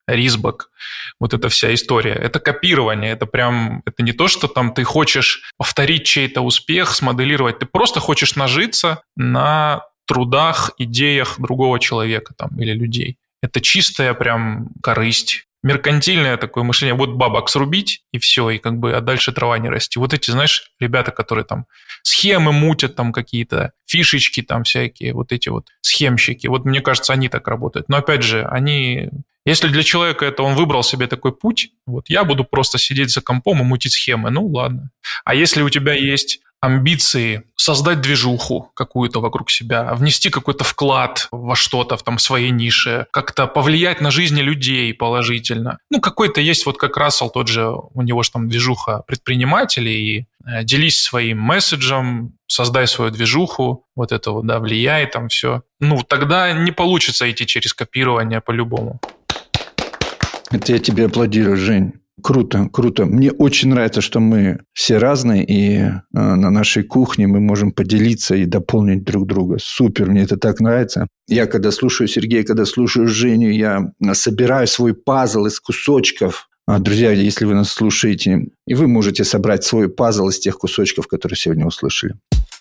Ризбак, вот эта вся история. Это копирование, это не то, что там ты хочешь повторить чей-то успех, смоделировать, ты просто хочешь нажиться на трудах, идеях другого человека там, или людей. Это чистая прям корысть. Меркантильное такое мышление. Вот бабок срубить, и все, и а дальше трава не расти. Вот эти, знаешь, ребята, которые там схемы мутят, там какие-то фишечки там всякие, вот эти вот схемщики. Вот мне кажется, они так работают. Но опять же, если для человека он выбрал себе такой путь, вот я буду просто сидеть за компом и мутить схемы, ну ладно. А если у тебя есть амбиции создать движуху какую-то вокруг себя, внести какой-то вклад во что-то в своей нише, как-то повлиять на жизни людей положительно. Какой-то есть, вот как Рассел, тот же, у него же там движуха предпринимателей, и делись своим месседжем, создай свою движуху, вот это вот, да, влияй, там все. Тогда не получится идти через копирование по-любому. Это я тебе аплодирую, Жень. Круто, круто. Мне очень нравится, что мы все разные, и на нашей кухне мы можем поделиться и дополнить друг друга. Супер, мне это так нравится. Я, когда слушаю Сергея, когда слушаю Женю, я собираю свой пазл из кусочков. Друзья, если вы нас слушаете, и вы можете собрать свой пазл из тех кусочков, которые сегодня услышали.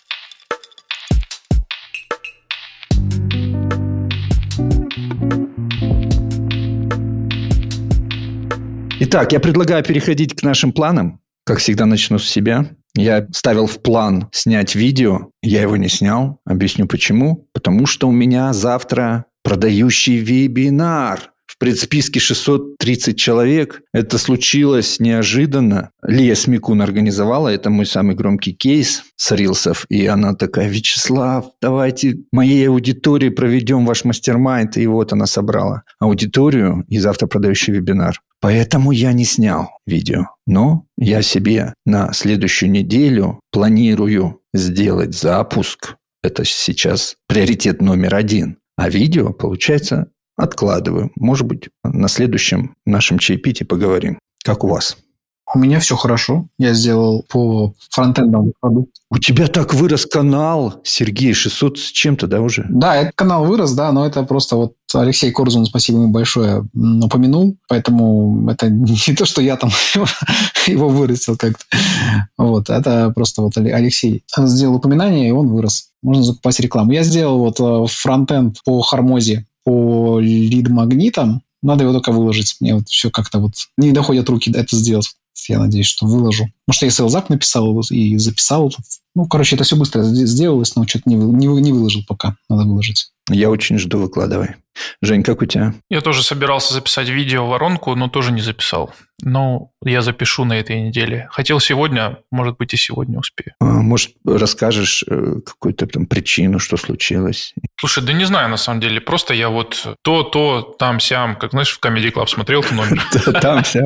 Итак, я предлагаю переходить к нашим планам. Как всегда, начну с себя. Я ставил в план снять видео. Я его не снял. Объясню почему. Потому что у меня завтра продающий вебинар. В предсписке 630 человек. Это случилось неожиданно. Лия Смекун организовала. Это мой самый громкий кейс с рилсов. И она такая: Вячеслав, давайте моей аудитории проведем ваш мастер-майнд. И вот она собрала аудиторию. И завтра продающий вебинар. Поэтому я не снял видео. Но я себе на следующую неделю планирую сделать запуск. Это сейчас приоритет номер 1. А видео, получается, откладываю. Может быть, на следующем нашем чаепитии поговорим. Как у вас? У меня все хорошо. Я сделал по фронтендам продукт. У тебя так вырос канал, Сергей, 600 с чем-то, да, уже? Да, этот канал вырос, да, но это просто вот Алексей Корзун, спасибо ему большое, упомянул. Поэтому это не то, что я там его вырастил как-то. Вот, это просто вот Алексей сделал упоминание, и он вырос. Можно закупать рекламу. Я сделал вот фронтенд по Хармозе, по лид-магнитам. Надо его только выложить. Мне вот все как-то вот не доходят руки это сделать. Я надеюсь, что выложу. Потому что я селзап написал и записал. Это все быстро сделалось, но что-то не выложил пока. Надо выложить. Я очень жду, выкладывай. Жень, как у тебя? Я тоже собирался записать видео-воронку, но тоже не записал. Но я запишу на этой неделе. Хотел сегодня, может быть, и сегодня успею. Может, расскажешь какую-то там причину, что случилось? Слушай, да не знаю, на самом деле. Просто я вот то, там-сям, как, знаешь, в Comedy Club смотрел ты номер. Там-сям.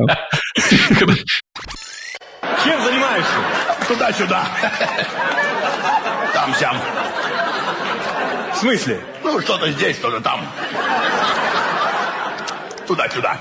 Чем занимаешься? Туда-сюда. Там-сям. В смысле? Что-то здесь, что-то там. Туда-сюда.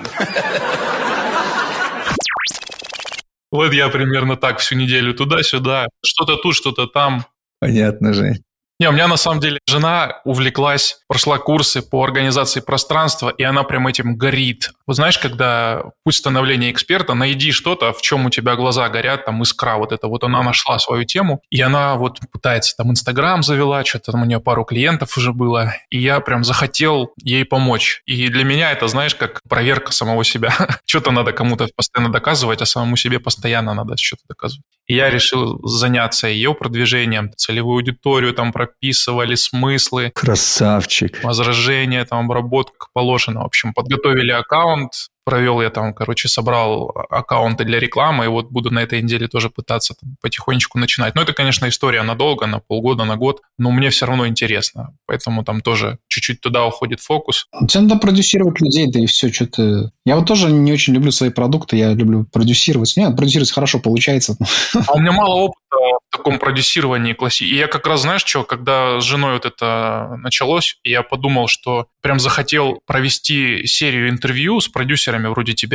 Вот я примерно так всю неделю туда-сюда. Что-то тут, что-то там. Понятно, Жень. Не, у меня на самом деле жена увлеклась, прошла курсы по организации пространства, и она прям этим горит. Вот знаешь, когда путь становления эксперта, найди что-то, в чем у тебя глаза горят, там искра вот это. Вот она нашла свою тему, и она вот пытается, там Инстаграм завела, что-то там у нее пару клиентов уже было, и я прям захотел ей помочь. И для меня это, знаешь, как проверка самого себя. Что-то надо кому-то постоянно доказывать, а самому себе постоянно надо что-то доказывать. И я решил заняться ее продвижением, целевую аудиторию там прописывали, смыслы. Красавчик. Возражения, там обработка положена. В общем, подготовили аккаунт. Провел я там, собрал аккаунты для рекламы, и вот буду на этой неделе тоже пытаться там потихонечку начинать. Но это, конечно, история надолго, на полгода, на год, но мне все равно интересно, поэтому там тоже чуть-чуть туда уходит фокус. Тебе надо продюсировать людей, да и все, что-то... Я вот тоже не очень люблю свои продукты, я люблю продюсировать. Нет, продюсировать хорошо получается. А у меня мало опыта в таком продюсировании классическом. И я как раз, знаешь что, когда с женой вот это началось, я подумал, что прям захотел провести серию интервью с продюсерами вроде тебя,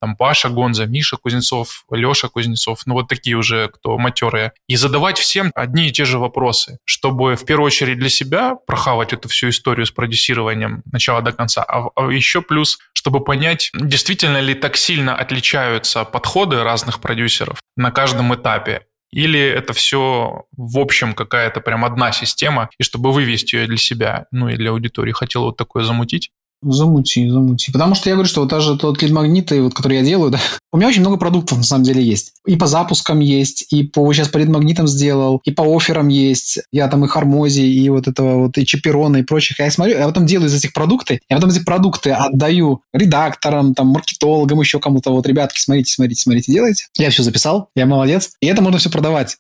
там Паша Гонза, Миша Кузнецов, Леша Кузнецов, ну вот такие уже, кто матерые, и задавать всем одни и те же вопросы, чтобы в первую очередь для себя прохавать эту всю историю с продюсированием от начала до конца, а еще плюс, чтобы понять, действительно ли так сильно отличаются подходы разных продюсеров на каждом этапе, или это все в общем какая-то прям одна система, и чтобы вывести ее для себя, ну и для аудитории, хотел вот такое замутить. Замути. Потому что я говорю, что вот даже тот лид-магниты, вот, который я делаю, да, у меня очень много продуктов на самом деле есть. И по запускам есть, и сейчас по лид-магнитам сделал, и по офферам есть. Я там и Хармози, и вот этого вот, и Чаперона, и прочих. Я смотрю, я потом делаю из этих продукты, я потом эти продукты отдаю редакторам, там, маркетологам, еще кому-то. Вот, ребятки, смотрите, делайте. Я все записал, я молодец. И это можно все продавать.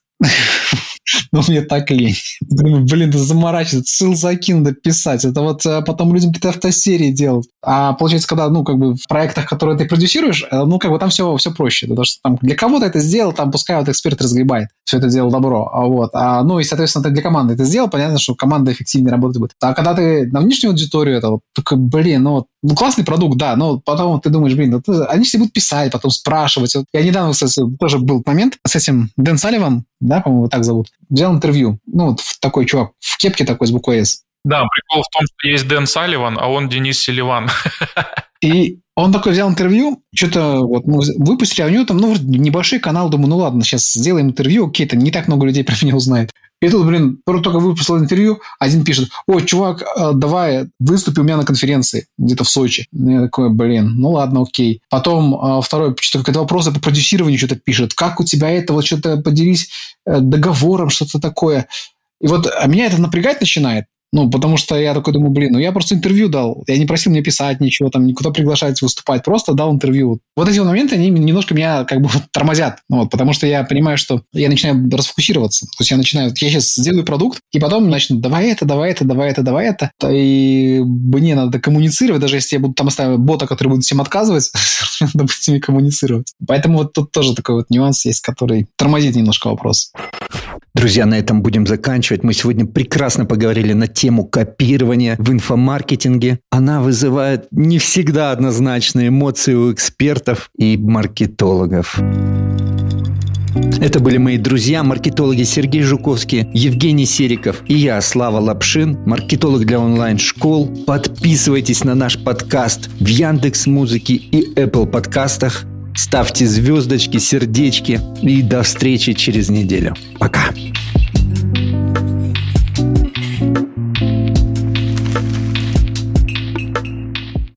Но мне так лень. Блин, да заморачиваться, ссылки надо писать. Это вот потом людям какие-то автосерии делать. А получается, когда, ну, как бы в проектах, которые ты продюсируешь, ну, как бы там все проще. Потому что там для кого-то это сделал, там пускай вот эксперт разгребает все это дело добро. Вот. Ну, и, соответственно, ты для команды это сделал, понятно, что команда эффективнее работать будет. А когда ты на внешнюю аудиторию, это вот такой, блин, ну, классный продукт, да, но потом ты думаешь, блин, они все будут писать, потом спрашивать. Вот я недавно, кстати, тоже был момент с этим Дэн Салливан, да, по-моему, так зовут, взял интервью. Ну, вот такой чувак в кепке такой с буквой «С». Да, прикол в том, что есть Дэн Салливан, а он Денис Селиван. И он такой взял интервью, что-то вот мы выпустили, а у него там, ну, небольшой канал, думаю, ну ладно, сейчас сделаем интервью, окей, там не так много людей про меня узнает. И тут, блин, только выпустил интервью, один пишет: ой, чувак, давай выступи у меня на конференции где-то в Сочи. Я такой, блин, ну ладно, окей. Потом второй что-то какие-то вопросы по продюсированию что-то пишет. Как у тебя это, вот что-то поделись договором, что-то такое. И вот меня это напрягать начинает. Ну, потому что я такой думаю, блин, ну я просто интервью дал. Я не просил мне писать ничего, там, никуда приглашать выступать. Просто дал интервью. Вот эти моменты, они немножко меня как бы тормозят. Ну, вот, потому что я понимаю, что я начинаю расфокусироваться. То есть я сейчас сделаю продукт, и потом начну, давай это. И мне надо коммуницировать, даже если я буду там оставить бота, который будет всем отказывать, надо будет с ними коммуницировать. Поэтому вот тут тоже такой вот нюанс есть, который тормозит немножко вопрос. Друзья, на этом будем заканчивать. Мы сегодня прекрасно поговорили на тему копирования в инфомаркетинге. Она вызывает не всегда однозначные эмоции у экспертов и маркетологов. Это были мои друзья, маркетологи Сергей Жуковский, Евгений Сериков и я, Слава Лапшин, маркетолог для онлайн-школ. Подписывайтесь на наш подкаст в Яндекс.Музыке и Apple подкастах. Ставьте звездочки, сердечки и до встречи через неделю. Пока!